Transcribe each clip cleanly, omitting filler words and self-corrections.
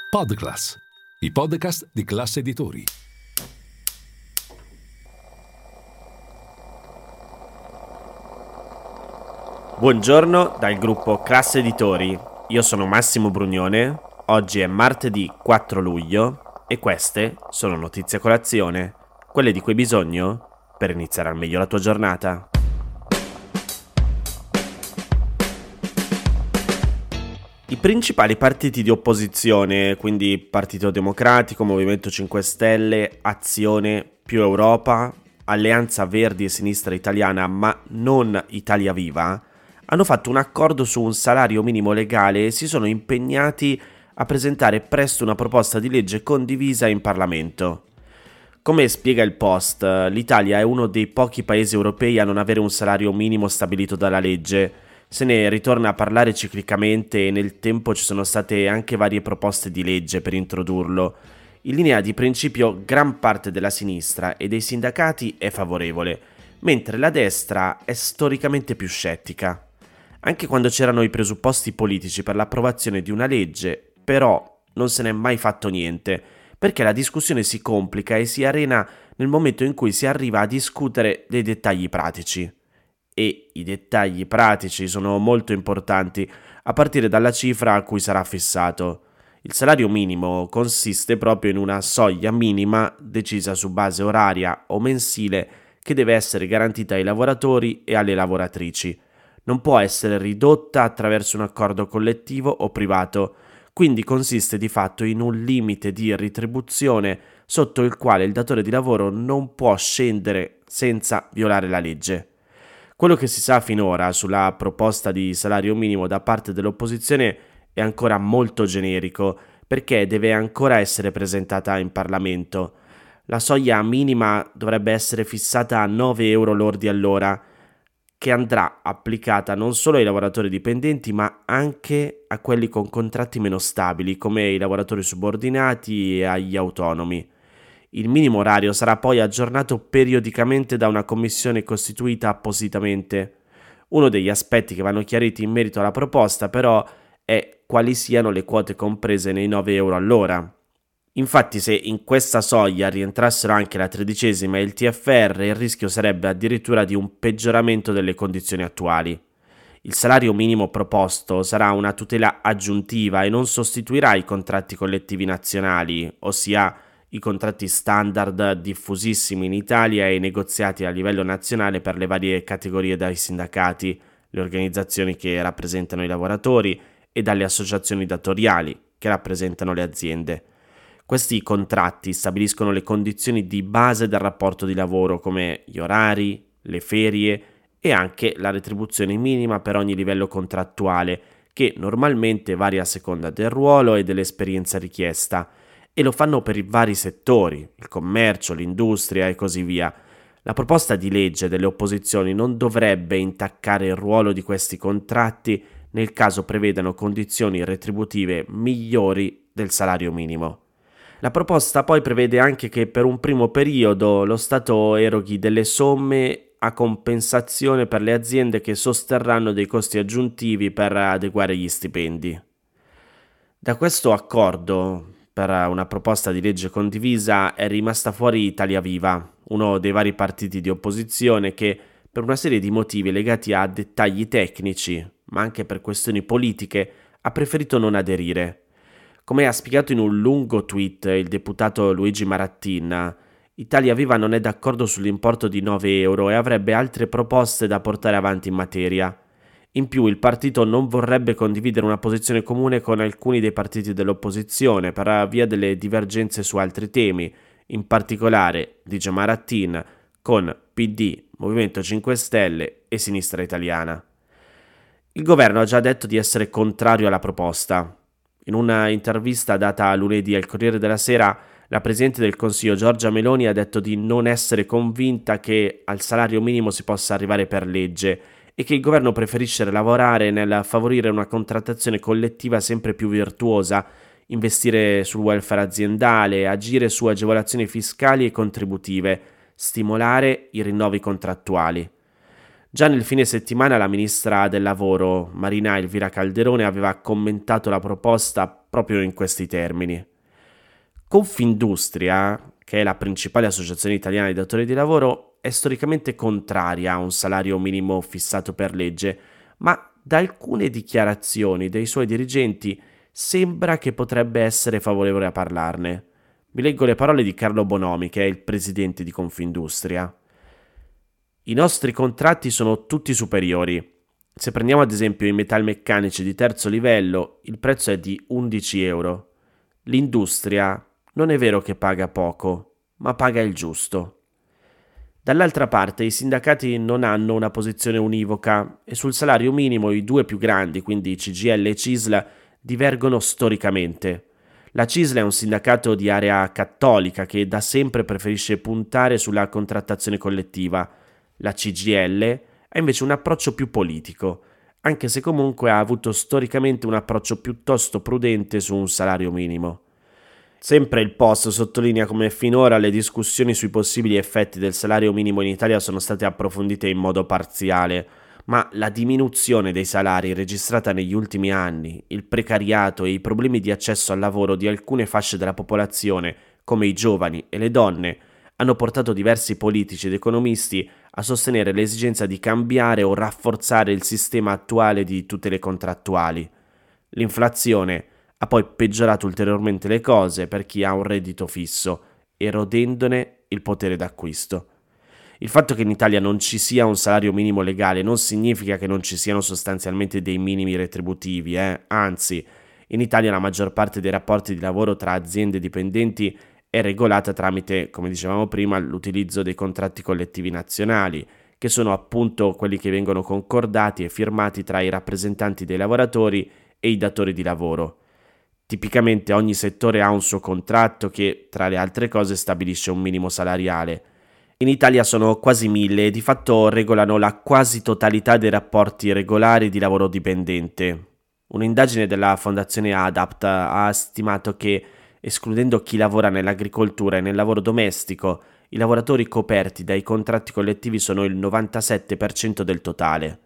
Podclass, i podcast di Classe Editori. Buongiorno dal gruppo Classe Editori, io sono Massimo Brugnone, oggi è martedì 4 luglio e queste sono notizie a colazione, quelle di cui hai bisogno per iniziare al meglio la tua giornata. I principali partiti di opposizione, quindi Partito Democratico, Movimento 5 Stelle, Azione, Più Europa, Alleanza Verdi e Sinistra Italiana, ma non Italia Viva, hanno fatto un accordo su un salario minimo legale e si sono impegnati a presentare presto una proposta di legge condivisa in Parlamento. Come spiega il Post, l'Italia è uno dei pochi paesi europei a non avere un salario minimo stabilito dalla legge. Se ne ritorna a parlare ciclicamente e nel tempo ci sono state anche varie proposte di legge per introdurlo. In linea di principio gran parte della sinistra e dei sindacati è favorevole, mentre la destra è storicamente più scettica. Anche quando c'erano i presupposti politici per l'approvazione di una legge, però non se n'è mai fatto niente, perché la discussione si complica e si arena nel momento in cui si arriva a discutere dei dettagli pratici. E i dettagli pratici sono molto importanti, a partire dalla cifra a cui sarà fissato. Il salario minimo consiste proprio in una soglia minima decisa su base oraria o mensile che deve essere garantita ai lavoratori e alle lavoratrici. Non può essere ridotta attraverso un accordo collettivo o privato, quindi consiste di fatto in un limite di retribuzione sotto il quale il datore di lavoro non può scendere senza violare la legge. Quello che si sa finora sulla proposta di salario minimo da parte dell'opposizione è ancora molto generico, perché deve ancora essere presentata in Parlamento. La soglia minima dovrebbe essere fissata a 9 euro lordi all'ora, che andrà applicata non solo ai lavoratori dipendenti, ma anche a quelli con contratti meno stabili, come i lavoratori subordinati e agli autonomi. Il minimo orario sarà poi aggiornato periodicamente da una commissione costituita appositamente. Uno degli aspetti che vanno chiariti in merito alla proposta, però, è quali siano le quote comprese nei 9 euro all'ora. Infatti, se in questa soglia rientrassero anche la 13ª e il TFR, il rischio sarebbe addirittura di un peggioramento delle condizioni attuali. Il salario minimo proposto sarà una tutela aggiuntiva e non sostituirà i contratti collettivi nazionali, ossia i contratti standard diffusissimi in Italia e negoziati a livello nazionale per le varie categorie dai sindacati, le organizzazioni che rappresentano i lavoratori e dalle associazioni datoriali che rappresentano le aziende. Questi contratti stabiliscono le condizioni di base del rapporto di lavoro, come gli orari, le ferie e anche la retribuzione minima per ogni livello contrattuale, che normalmente varia a seconda del ruolo e dell'esperienza richiesta, e lo fanno per i vari settori, il commercio, l'industria e così via. La proposta di legge delle opposizioni non dovrebbe intaccare il ruolo di questi contratti nel caso prevedano condizioni retributive migliori del salario minimo. La proposta poi prevede anche che per un primo periodo lo Stato eroghi delle somme a compensazione per le aziende che sosterranno dei costi aggiuntivi per adeguare gli stipendi. Da questo accordo, per una proposta di legge condivisa, è rimasta fuori Italia Viva, uno dei vari partiti di opposizione che, per una serie di motivi legati a dettagli tecnici, ma anche per questioni politiche, ha preferito non aderire. Come ha spiegato in un lungo tweet il deputato Luigi Marattin, Italia Viva non è d'accordo sull'importo di 9 euro e avrebbe altre proposte da portare avanti in materia. In più, il partito non vorrebbe condividere una posizione comune con alcuni dei partiti dell'opposizione per via delle divergenze su altri temi, in particolare, dice Marattin, con PD, Movimento 5 Stelle e Sinistra Italiana. Il governo ha già detto di essere contrario alla proposta. In una intervista data lunedì al Corriere della Sera, la Presidente del Consiglio Giorgia Meloni ha detto di non essere convinta che al salario minimo si possa arrivare per legge e che il governo preferisce lavorare nel favorire una contrattazione collettiva sempre più virtuosa, investire sul welfare aziendale, agire su agevolazioni fiscali e contributive, stimolare i rinnovi contrattuali. Già nel fine settimana la ministra del lavoro, Marina Elvira Calderone, aveva commentato la proposta proprio in questi termini. Confindustria, che è la principale associazione italiana di datori di lavoro, è storicamente contraria a un salario minimo fissato per legge, ma da alcune dichiarazioni dei suoi dirigenti sembra che potrebbe essere favorevole a parlarne. Vi leggo le parole di Carlo Bonomi, che è il presidente di Confindustria. I nostri contratti sono tutti superiori. Se prendiamo ad esempio i metalmeccanici di terzo livello, il prezzo è di 11 euro. L'industria non è vero che paga poco, ma paga il giusto. Dall'altra parte i sindacati non hanno una posizione univoca e sul salario minimo i due più grandi, quindi CGIL e CISL, divergono storicamente. La CISL è un sindacato di area cattolica che da sempre preferisce puntare sulla contrattazione collettiva. La CGIL ha invece un approccio più politico, anche se comunque ha avuto storicamente un approccio piuttosto prudente su un salario minimo. Sempre il Post sottolinea come finora le discussioni sui possibili effetti del salario minimo in Italia sono state approfondite in modo parziale, ma la diminuzione dei salari registrata negli ultimi anni, il precariato e i problemi di accesso al lavoro di alcune fasce della popolazione, come i giovani e le donne, hanno portato diversi politici ed economisti a sostenere l'esigenza di cambiare o rafforzare il sistema attuale di tutele contrattuali. L'inflazione ha poi peggiorato ulteriormente le cose per chi ha un reddito fisso, erodendone il potere d'acquisto. Il fatto che in Italia non ci sia un salario minimo legale non significa che non ci siano sostanzialmente dei minimi retributivi, anzi, in Italia la maggior parte dei rapporti di lavoro tra aziende e dipendenti è regolata tramite, come dicevamo prima, l'utilizzo dei contratti collettivi nazionali, che sono appunto quelli che vengono concordati e firmati tra i rappresentanti dei lavoratori e i datori di lavoro. Tipicamente ogni settore ha un suo contratto che, tra le altre cose, stabilisce un minimo salariale. In Italia sono quasi 1000 e di fatto regolano la quasi totalità dei rapporti regolari di lavoro dipendente. Un'indagine della Fondazione ADAPT ha stimato che, escludendo chi lavora nell'agricoltura e nel lavoro domestico, i lavoratori coperti dai contratti collettivi sono il 97% del totale.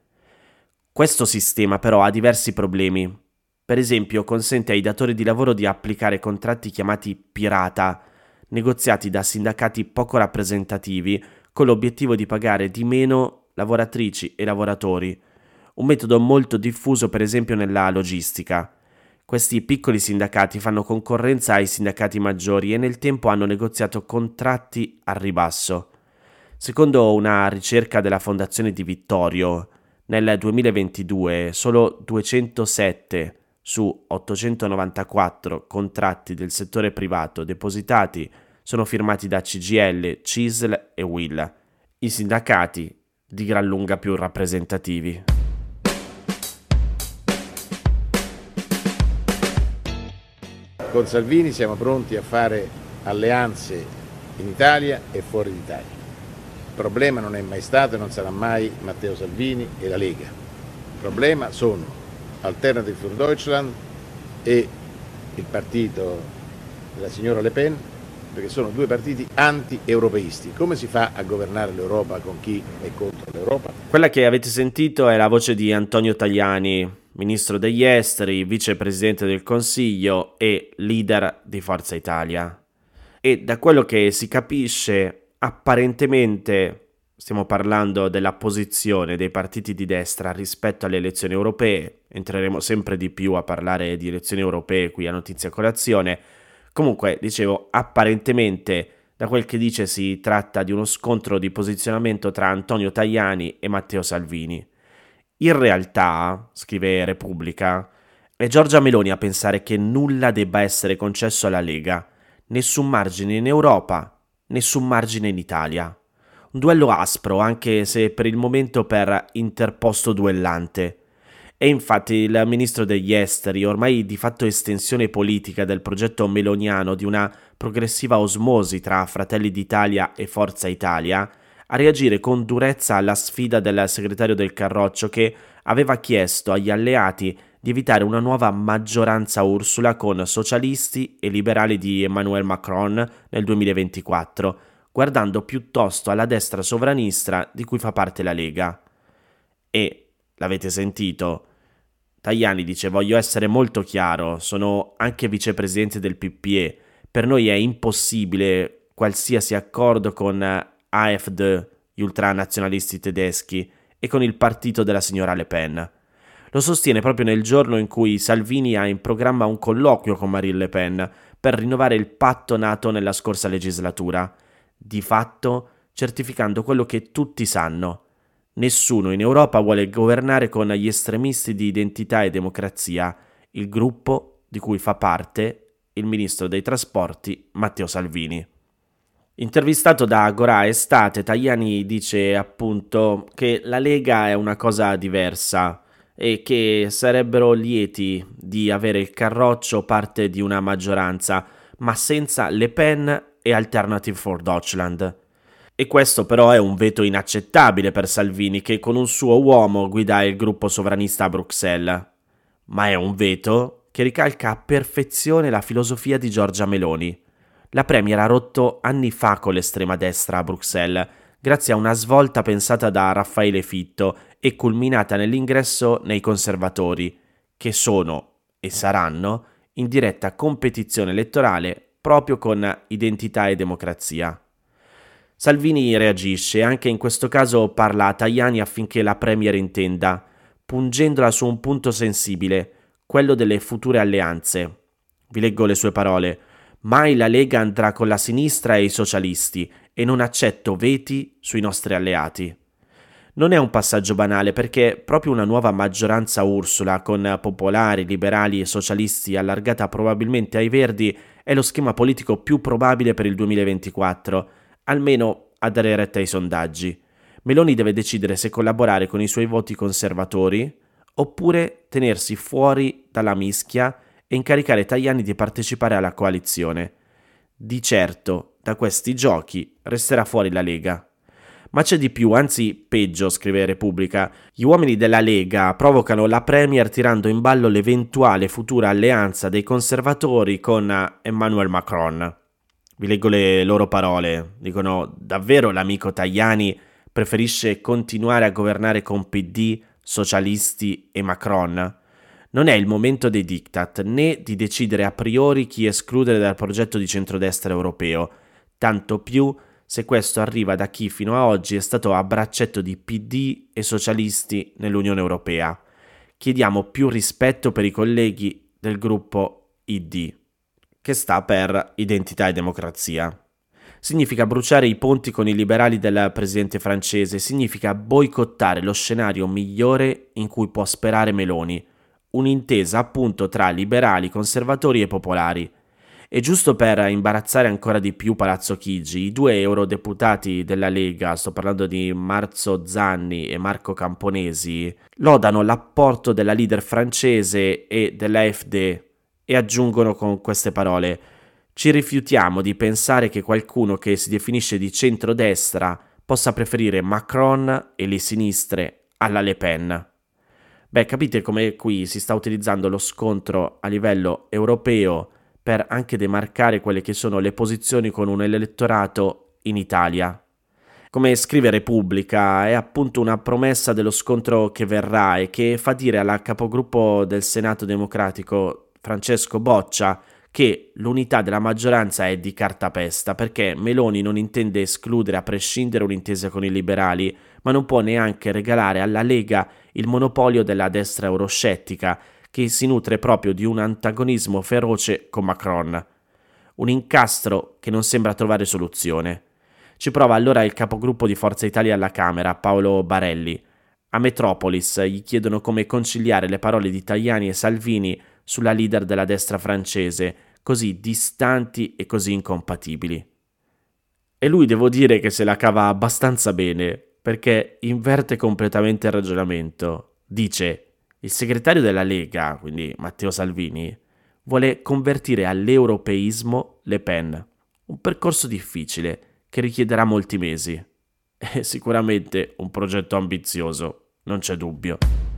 Questo sistema però ha diversi problemi. Per esempio, consente ai datori di lavoro di applicare contratti chiamati pirata, negoziati da sindacati poco rappresentativi, con l'obiettivo di pagare di meno lavoratrici e lavoratori, un metodo molto diffuso per esempio nella logistica. Questi piccoli sindacati fanno concorrenza ai sindacati maggiori e nel tempo hanno negoziato contratti al ribasso. Secondo una ricerca della Fondazione Di Vittorio, nel 2022 solo 207 su 894 contratti del settore privato depositati sono firmati da CGIL, CISL e UIL, i sindacati di gran lunga più rappresentativi. Con Salvini siamo pronti a fare alleanze in Italia e fuori d'Italia. Il problema non è mai stato e non sarà mai Matteo Salvini e la Lega. Il problema sono Alternative für Deutschland e il partito della signora Le Pen, perché sono due partiti anti-europeisti. Come si fa a governare l'Europa con chi è contro l'Europa? Quella che avete sentito è la voce di Antonio Tajani, ministro degli esteri, vicepresidente del Consiglio e leader di Forza Italia. E da quello che si capisce, apparentemente stiamo parlando della posizione dei partiti di destra rispetto alle elezioni europee. Entreremo sempre di più a parlare di elezioni europee qui a Notizia Colazione. Comunque, dicevo, apparentemente, da quel che dice si tratta di uno scontro di posizionamento tra Antonio Tajani e Matteo Salvini. In realtà, scrive Repubblica, è Giorgia Meloni a pensare che nulla debba essere concesso alla Lega, nessun margine in Europa, nessun margine in Italia. Un duello aspro, anche se per il momento per interposto duellante. E infatti il ministro degli esteri, ormai di fatto estensione politica del progetto meloniano di una progressiva osmosi tra Fratelli d'Italia e Forza Italia, a reagire con durezza alla sfida del segretario del Carroccio che aveva chiesto agli alleati di evitare una nuova maggioranza Ursula con socialisti e liberali di Emmanuel Macron nel 2024, guardando piuttosto alla destra sovranista di cui fa parte la Lega. E, l'avete sentito, Tajani dice: voglio essere molto chiaro, sono anche vicepresidente del PPE, per noi è impossibile qualsiasi accordo con AfD, gli ultranazionalisti tedeschi, e con il partito della signora Le Pen. Lo sostiene proprio nel giorno in cui Salvini ha in programma un colloquio con Marine Le Pen per rinnovare il patto nato nella scorsa legislatura, di fatto certificando quello che tutti sanno. Nessuno in Europa vuole governare con gli estremisti di Identità e Democrazia, il gruppo di cui fa parte il ministro dei trasporti Matteo Salvini. Intervistato da Agora Estate, Tajani dice appunto che la Lega è una cosa diversa e che sarebbero lieti di avere il Carroccio parte di una maggioranza, ma senza Le Pen e Alternative for Deutschland. E questo però è un veto inaccettabile per Salvini, che con un suo uomo guida il gruppo sovranista a Bruxelles. Ma è un veto che ricalca a perfezione la filosofia di Giorgia Meloni. La Premier ha rotto anni fa con l'estrema destra a Bruxelles, grazie a una svolta pensata da Raffaele Fitto e culminata nell'ingresso nei conservatori, che sono e saranno in diretta competizione elettorale proprio con Identità e Democrazia. Salvini reagisce e anche in questo caso parla a Tajani affinché la Premier intenda, pungendola su un punto sensibile, quello delle future alleanze. Vi leggo le sue parole: mai la Lega andrà con la sinistra e i socialisti e non accetto veti sui nostri alleati. Non è un passaggio banale, perché proprio una nuova maggioranza Ursula con popolari, liberali e socialisti allargata probabilmente ai Verdi è lo schema politico più probabile per il 2024, almeno a dare retta ai sondaggi. Meloni deve decidere se collaborare con i suoi voti conservatori oppure tenersi fuori dalla mischia e incaricare Tajani di partecipare alla coalizione. Di certo, da questi giochi resterà fuori la Lega. Ma c'è di più, anzi peggio, scrive Repubblica. Gli uomini della Lega provocano la Premier tirando in ballo l'eventuale futura alleanza dei conservatori con Emmanuel Macron. Vi leggo le loro parole. Dicono: davvero l'amico Tajani preferisce continuare a governare con PD, socialisti e Macron? Non è il momento dei diktat, né di decidere a priori chi escludere dal progetto di centrodestra europeo, tanto più se questo arriva da chi fino a oggi è stato a braccetto di PD e socialisti nell'Unione Europea. Chiediamo più rispetto per i colleghi del gruppo ID, che sta per Identità e Democrazia. Significa bruciare i ponti con i liberali del presidente francese, significa boicottare lo scenario migliore in cui può sperare Meloni, un'intesa appunto tra liberali, conservatori e popolari. E giusto per imbarazzare ancora di più Palazzo Chigi, i 2 eurodeputati della Lega, sto parlando di Marzo Zanni e Marco Camponesi, lodano l'apporto della leader francese e dell'AfD e aggiungono con queste parole: ci rifiutiamo di pensare che qualcuno che si definisce di centrodestra possa preferire Macron e le sinistre alla Le Pen. Beh, capite come qui si sta utilizzando lo scontro a livello europeo per anche demarcare quelle che sono le posizioni con un elettorato in Italia. Come scrive Repubblica, è appunto una promessa dello scontro che verrà e che fa dire alla capogruppo del Senato Democratico, Francesco Boccia, che l'unità della maggioranza è di cartapesta, perché Meloni non intende escludere a prescindere un'intesa con i liberali, ma non può neanche regalare alla Lega il monopolio della destra euroscettica, che si nutre proprio di un antagonismo feroce con Macron. Un incastro che non sembra trovare soluzione. Ci prova allora il capogruppo di Forza Italia alla Camera, Paolo Barelli. A Metropolis gli chiedono come conciliare le parole di Tajani e Salvini sulla leader della destra francese, così distanti e così incompatibili. E lui, devo dire, che se la cava abbastanza bene, perché inverte completamente il ragionamento. Dice: il segretario della Lega, quindi Matteo Salvini, vuole convertire all'europeismo Le Pen, un percorso difficile che richiederà molti mesi. È sicuramente un progetto ambizioso, non c'è dubbio.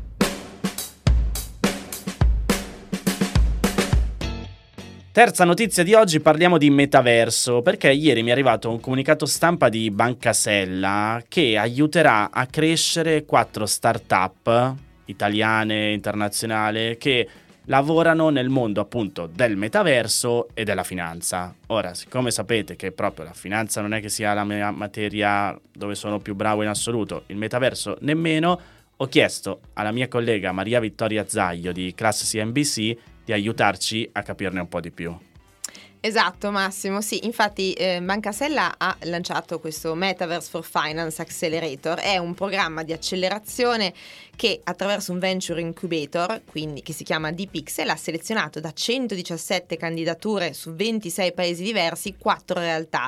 Terza notizia di oggi, parliamo di metaverso, perché ieri mi è arrivato un comunicato stampa di Banca Sella che aiuterà a crescere 4 start-up italiane, internazionali, che lavorano nel mondo appunto del metaverso e della finanza. Ora, siccome sapete che proprio la finanza non è che sia la mia materia dove sono più bravo in assoluto, il metaverso nemmeno, ho chiesto alla mia collega Maria Vittoria Zaglio di Class CNBC di aiutarci a capirne un po' di più. Esatto, Massimo, sì, infatti Banca Sella ha lanciato questo Metaverse for Finance Accelerator. È un programma di accelerazione che attraverso un venture incubator, quindi che si chiama D-Pixel, ha selezionato da 117 candidature su 26 paesi diversi 4 realtà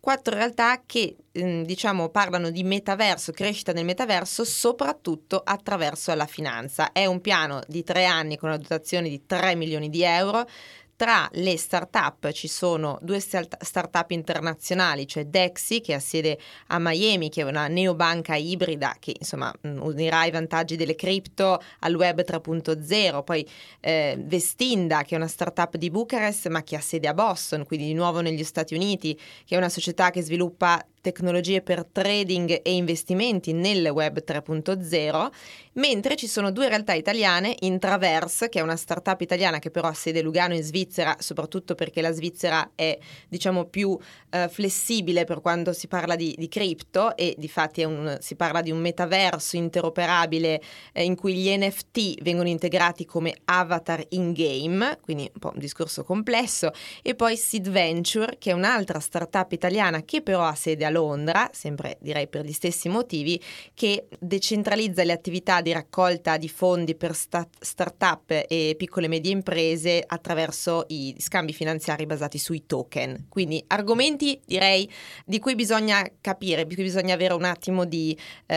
che parlano di metaverso, crescita del metaverso, soprattutto attraverso la finanza. È un piano di 3 anni con una dotazione di 3 milioni di euro. Tra le start-up ci sono 2 start-up internazionali, cioè Dexi, che ha sede a Miami, che è una neobanca ibrida che insomma unirà i vantaggi delle cripto al web 3.0, poi Vestinda, che è una start-up di Bucarest ma che ha sede a Boston, quindi di nuovo negli Stati Uniti, che è una società che sviluppa tecnologie per trading e investimenti nel web 3.0, mentre ci sono 2 realtà italiane, Intraverse, che è una startup italiana che però ha sede a Lugano in Svizzera, soprattutto perché la Svizzera è più flessibile per quando si parla di cripto, e difatti si parla di un metaverso interoperabile in cui gli NFT vengono integrati come avatar in game, quindi un po' un discorso complesso. E poi Seed Venture, che è un'altra startup italiana che però ha sede a Londra, sempre direi per gli stessi motivi, che decentralizza le attività di raccolta di fondi per start-up e piccole e medie imprese attraverso i scambi finanziari basati sui token. Quindi argomenti, direi, di cui bisogna capire, di cui bisogna avere un attimo di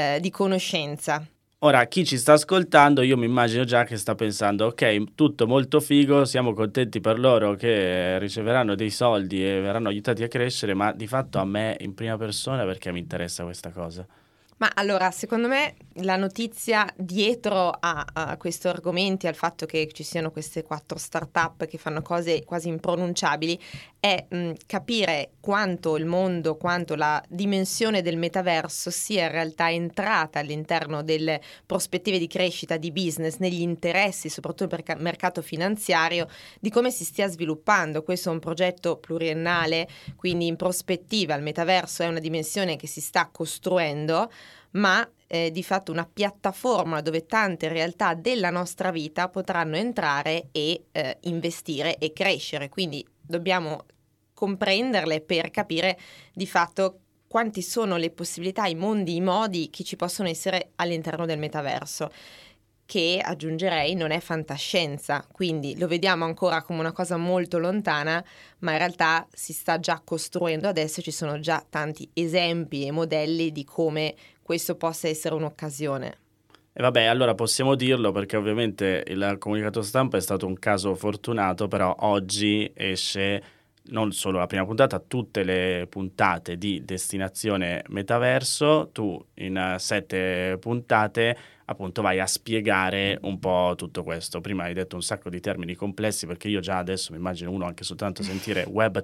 conoscenza. Ora, chi ci sta ascoltando, io mi immagino già che sta pensando, ok, tutto molto figo, siamo contenti per loro che riceveranno dei soldi e verranno aiutati a crescere, ma di fatto a me in prima persona perché mi interessa questa cosa? Ma allora, secondo me la notizia dietro a questo argomento, al fatto che ci siano queste 4 start-up che fanno cose quasi impronunciabili, è capire quanto il mondo, quanto la dimensione del metaverso sia in realtà entrata all'interno delle prospettive di crescita di business, negli interessi, soprattutto per il mercato finanziario, di come si stia sviluppando. Questo è un progetto pluriennale, quindi in prospettiva il metaverso è una dimensione che si sta costruendo, ma di fatto una piattaforma dove tante realtà della nostra vita potranno entrare e investire e crescere. Quindi dobbiamo comprenderle per capire di fatto quanti sono le possibilità, i mondi, i modi che ci possono essere all'interno del metaverso, che aggiungerei non è fantascienza, quindi lo vediamo ancora come una cosa molto lontana, ma in realtà si sta già costruendo adesso, ci sono già tanti esempi e modelli di come questo possa essere un'occasione. E vabbè, allora possiamo dirlo perché ovviamente il comunicato stampa è stato un caso fortunato, però oggi esce non solo la prima puntata, tutte le puntate di Destinazione Metaverso. Tu in 7 puntate appunto vai a spiegare un po' tutto questo. Prima hai detto un sacco di termini complessi, perché io già adesso mi immagino uno anche soltanto sentire web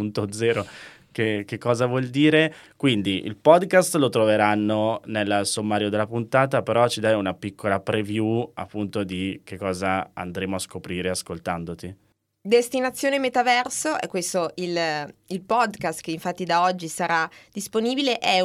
3.0 che cosa vuol dire. Quindi il podcast lo troveranno nel sommario della puntata, però ci dai una piccola preview appunto di che cosa andremo a scoprire ascoltandoti. Destinazione Metaverso, è questo il podcast che infatti da oggi sarà disponibile, è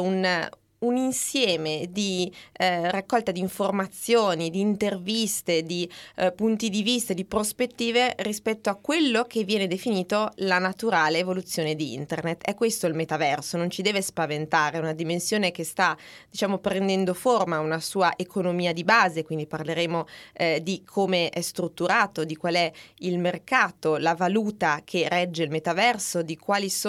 un insieme di raccolta di informazioni, di interviste, di punti di vista, di prospettive rispetto a quello che viene definito la naturale evoluzione di Internet. È questo il metaverso, non ci deve spaventare, è una dimensione che sta, prendendo forma, una sua economia di base, quindi parleremo di come è strutturato, di qual è il mercato, la valuta che regge il metaverso, di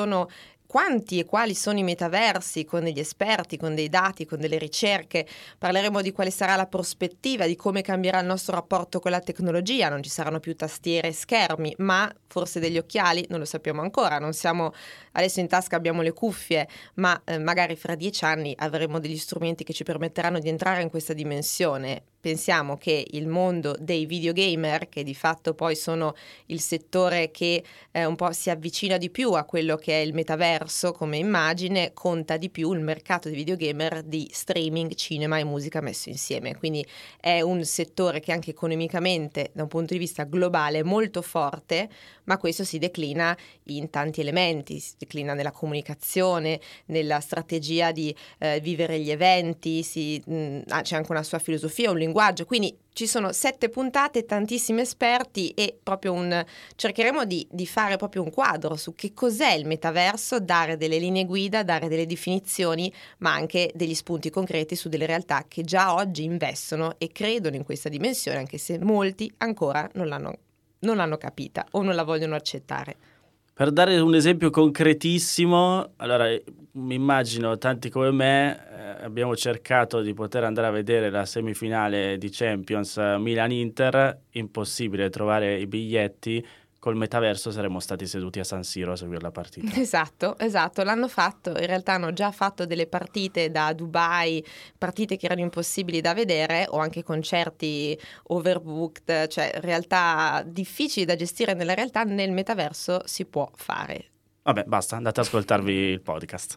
quanti e quali sono i metaversi, con degli esperti, con dei dati, con delle ricerche. Parleremo di quale sarà la prospettiva, di come cambierà il nostro rapporto con la tecnologia. Non ci saranno più tastiere e schermi, ma forse degli occhiali, non lo sappiamo ancora. Non siamo adesso in tasca, abbiamo le cuffie, ma magari fra 10 anni avremo degli strumenti che ci permetteranno di entrare in questa dimensione. pensiamo che il mondo dei videogamer, che di fatto poi sono il settore che un po' si avvicina di più a quello che è il metaverso come immagine, conta di più il mercato di videogamer di streaming, cinema e musica messo insieme. Quindi è un settore che anche economicamente, da un punto di vista globale, è molto forte, ma questo si declina in tanti elementi, si declina nella comunicazione, nella strategia di vivere gli eventi, c'è anche una sua filosofia, un linguaggio, quindi ci sono 7 puntate, tantissimi esperti e proprio cercheremo di fare proprio un quadro su che cos'è il metaverso, dare delle linee guida, dare delle definizioni, ma anche degli spunti concreti su delle realtà che già oggi investono e credono in questa dimensione, anche se molti ancora non l'hanno capita o non la vogliono accettare. Per dare un esempio concretissimo, allora mi immagino tanti come me abbiamo cercato di poter andare a vedere la semifinale di Champions Milan-Inter, impossibile trovare i biglietti. Col metaverso saremmo stati seduti a San Siro a seguire la partita. Esatto, l'hanno fatto, in realtà hanno già fatto delle partite da Dubai, partite che erano impossibili da vedere o anche concerti overbooked, cioè realtà difficili da gestire nella realtà, nel metaverso si può fare. Vabbè, basta, andate ad ascoltarvi il podcast.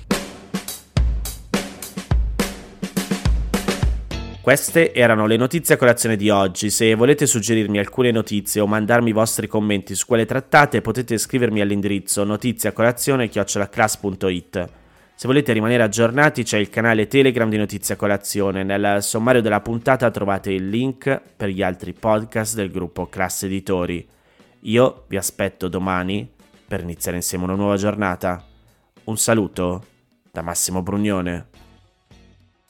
Queste erano le notizie a colazione di oggi. Se volete suggerirmi alcune notizie o mandarmi i vostri commenti su quelle trattate, potete scrivermi all'indirizzo notiziacolazione@class.it. Se volete rimanere aggiornati c'è il canale Telegram di Notizie a Colazione. Nel sommario della puntata trovate il link per gli altri podcast del gruppo Class Editori. Io vi aspetto domani per iniziare insieme una nuova giornata. Un saluto da Massimo Brugnone.